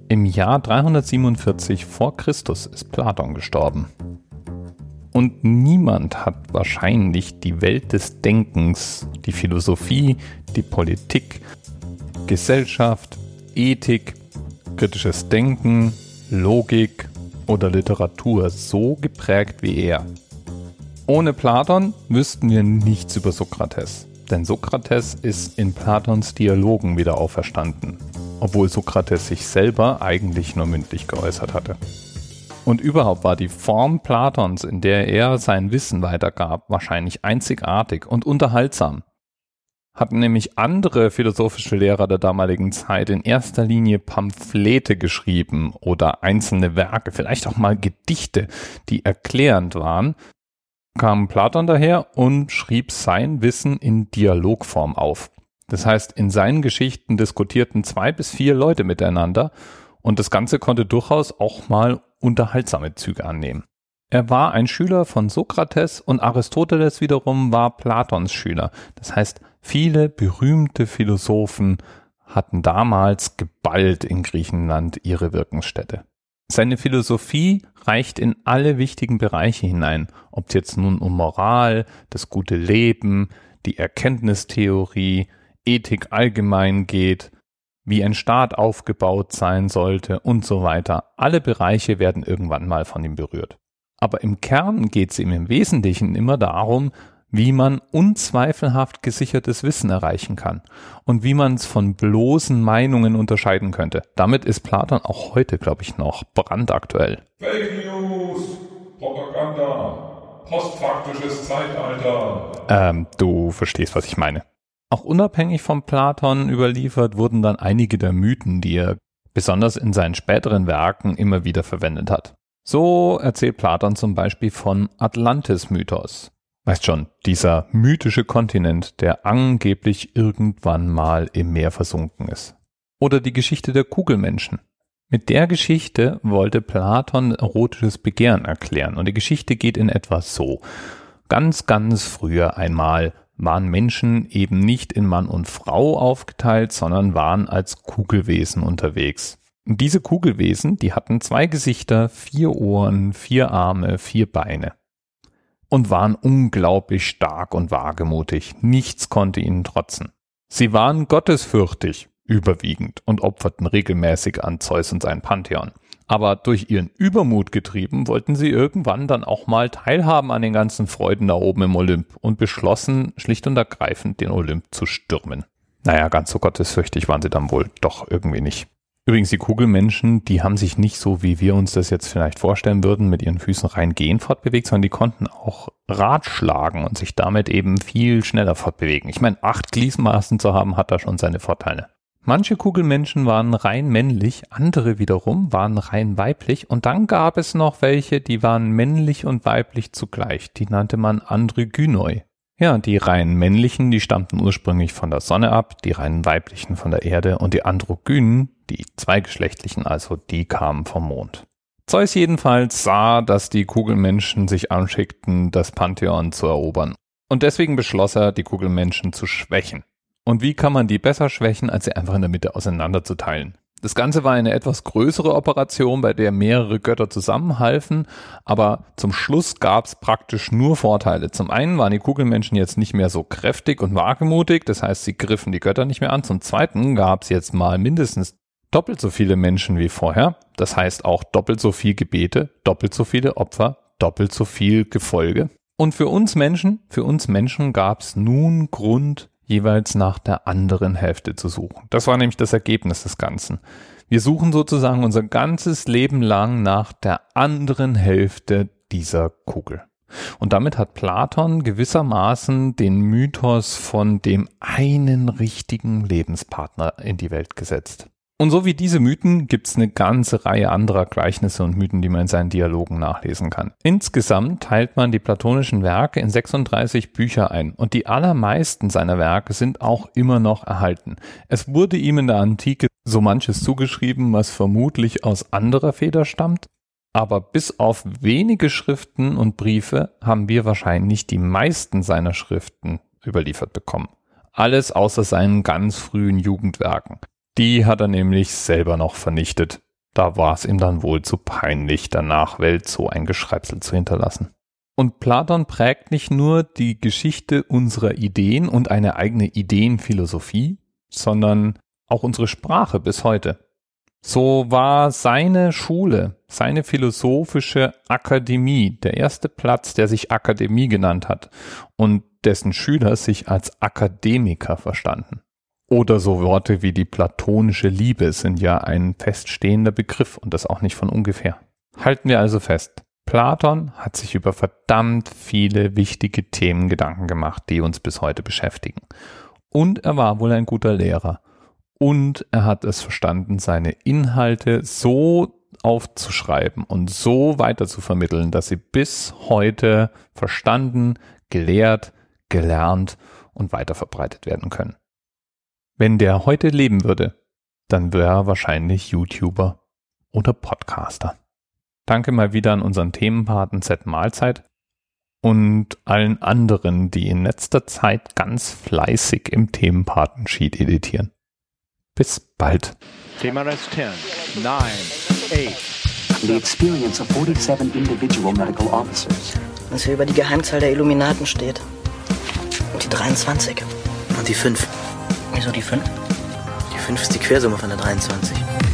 Im Jahr 347 vor Christus ist Platon gestorben. Und niemand hat wahrscheinlich die Welt des Denkens, die Philosophie, die Politik, Gesellschaft, Ethik, kritisches Denken, Logik oder Literatur so geprägt wie er. Ohne Platon wüssten wir nichts über Sokrates, denn Sokrates ist in Platons Dialogen wieder auferstanden, obwohl Sokrates sich selber eigentlich nur mündlich geäußert hatte. Und überhaupt war die Form Platons, in der er sein Wissen weitergab, wahrscheinlich einzigartig und unterhaltsam. Hatten nämlich andere philosophische Lehrer der damaligen Zeit in erster Linie Pamphlete geschrieben oder einzelne Werke, vielleicht auch mal Gedichte, die erklärend waren, kam Platon daher und schrieb sein Wissen in Dialogform auf. Das heißt, in seinen Geschichten diskutierten 2 bis 4 Leute miteinander und das Ganze konnte durchaus auch mal unterhaltsame Züge annehmen. Er war ein Schüler von Sokrates und Aristoteles wiederum war Platons Schüler. Das heißt, viele berühmte Philosophen hatten damals geballt in Griechenland ihre Wirkungsstätte. Seine Philosophie reicht in alle wichtigen Bereiche hinein, ob es jetzt nun um Moral, das gute Leben, die Erkenntnistheorie, Ethik allgemein geht, wie ein Staat aufgebaut sein sollte und so weiter. Alle Bereiche werden irgendwann mal von ihm berührt. Aber im Kern geht es ihm im Wesentlichen immer darum, wie man unzweifelhaft gesichertes Wissen erreichen kann und wie man es von bloßen Meinungen unterscheiden könnte. Damit ist Platon auch heute, glaube ich, noch brandaktuell. Fake News, Propaganda, postfaktisches Zeitalter. Du verstehst, was ich meine. Auch unabhängig von Platon überliefert wurden dann einige der Mythen, die er besonders in seinen späteren Werken immer wieder verwendet hat. So erzählt Platon zum Beispiel von Atlantis-Mythos. Weißt schon, dieser mythische Kontinent, der angeblich irgendwann mal im Meer versunken ist. Oder die Geschichte der Kugelmenschen. Mit der Geschichte wollte Platon erotisches Begehren erklären und die Geschichte geht in etwa so. Ganz, ganz früher einmal waren Menschen eben nicht in Mann und Frau aufgeteilt, sondern waren als Kugelwesen unterwegs. Und diese Kugelwesen, die hatten 2 Gesichter, 4 Ohren, 4 Arme, 4 Beine. Und waren unglaublich stark und wagemutig. Nichts konnte ihnen trotzen. Sie waren gottesfürchtig, überwiegend, und opferten regelmäßig an Zeus und sein Pantheon. Aber durch ihren Übermut getrieben, wollten sie irgendwann dann auch mal teilhaben an den ganzen Freuden da oben im Olymp und beschlossen, schlicht und ergreifend den Olymp zu stürmen. Naja, ganz so gottesfürchtig waren sie dann wohl doch irgendwie nicht. Übrigens, die Kugelmenschen, die haben sich nicht so, wie wir uns das jetzt vielleicht vorstellen würden, mit ihren Füßen rein gehen fortbewegt, sondern die konnten auch Rad schlagen und sich damit eben viel schneller fortbewegen. Ich meine, 8 Gliedmaßen zu haben, hat da schon seine Vorteile. Manche Kugelmenschen waren rein männlich, andere wiederum waren rein weiblich und dann gab es noch welche, die waren männlich und weiblich zugleich. Die nannte man Androgynoi. Ja, die rein männlichen, die stammten ursprünglich von der Sonne ab, die rein weiblichen von der Erde und die Androgynen, die zweigeschlechtlichen also, die kamen vom Mond. Zeus jedenfalls sah, dass die Kugelmenschen sich anschickten, das Pantheon zu erobern. Und deswegen beschloss er, die Kugelmenschen zu schwächen. Und wie kann man die besser schwächen, als sie einfach in der Mitte auseinanderzuteilen? Das Ganze war eine etwas größere Operation, bei der mehrere Götter zusammenhalfen, aber zum Schluss gab es praktisch nur Vorteile. Zum einen waren die Kugelmenschen jetzt nicht mehr so kräftig und wagemutig, das heißt, sie griffen die Götter nicht mehr an. Zum zweiten gab es jetzt mal mindestens doppelt so viele Menschen wie vorher, das heißt auch doppelt so viel Gebete, doppelt so viele Opfer, doppelt so viel Gefolge. Und für uns Menschen gab es nun Grund, jeweils nach der anderen Hälfte zu suchen. Das war nämlich das Ergebnis des Ganzen. Wir suchen sozusagen unser ganzes Leben lang nach der anderen Hälfte dieser Kugel. Und damit hat Platon gewissermaßen den Mythos von dem einen richtigen Lebenspartner in die Welt gesetzt. Und so wie diese Mythen gibt es eine ganze Reihe anderer Gleichnisse und Mythen, die man in seinen Dialogen nachlesen kann. Insgesamt teilt man die platonischen Werke in 36 Bücher ein und die allermeisten seiner Werke sind auch immer noch erhalten. Es wurde ihm in der Antike so manches zugeschrieben, was vermutlich aus anderer Feder stammt, aber bis auf wenige Schriften und Briefe haben wir wahrscheinlich die meisten seiner Schriften überliefert bekommen. Alles außer seinen ganz frühen Jugendwerken. Die hat er nämlich selber noch vernichtet. da war es ihm dann wohl zu peinlich, der Nachwelt so ein Geschreibsel zu hinterlassen. Und Platon prägt nicht nur die Geschichte unserer Ideen und eine eigene Ideenphilosophie, sondern auch unsere Sprache bis heute. So war seine Schule, seine philosophische Akademie, der erste Platz, der sich Akademie genannt hat und dessen Schüler sich als Akademiker verstanden. Oder so Worte wie die platonische Liebe sind ja ein feststehender Begriff und das auch nicht von ungefähr. Halten wir also fest. Platon hat sich über verdammt viele wichtige Themen Gedanken gemacht, die uns bis heute beschäftigen. Und er war wohl ein guter Lehrer. Und er hat es verstanden, seine Inhalte so aufzuschreiben und so weiter zu vermitteln, dass sie bis heute verstanden, gelehrt, gelernt und weiterverbreitet werden können. Wenn der heute leben würde, dann wäre er wahrscheinlich YouTuber oder Podcaster. Danke mal wieder an unseren Themenpaten Z Mahlzeit und allen anderen, die in letzter Zeit ganz fleißig im Themenpaten-Sheet editieren. Bis bald. Thema Rest 10, 9, 8. The experience of 47 individual medical officers. Was hier über die Geheimzahl der Illuminaten steht. Und die 23. Und die 5. Wieso die 5? Die 5 ist die Quersumme von der 23.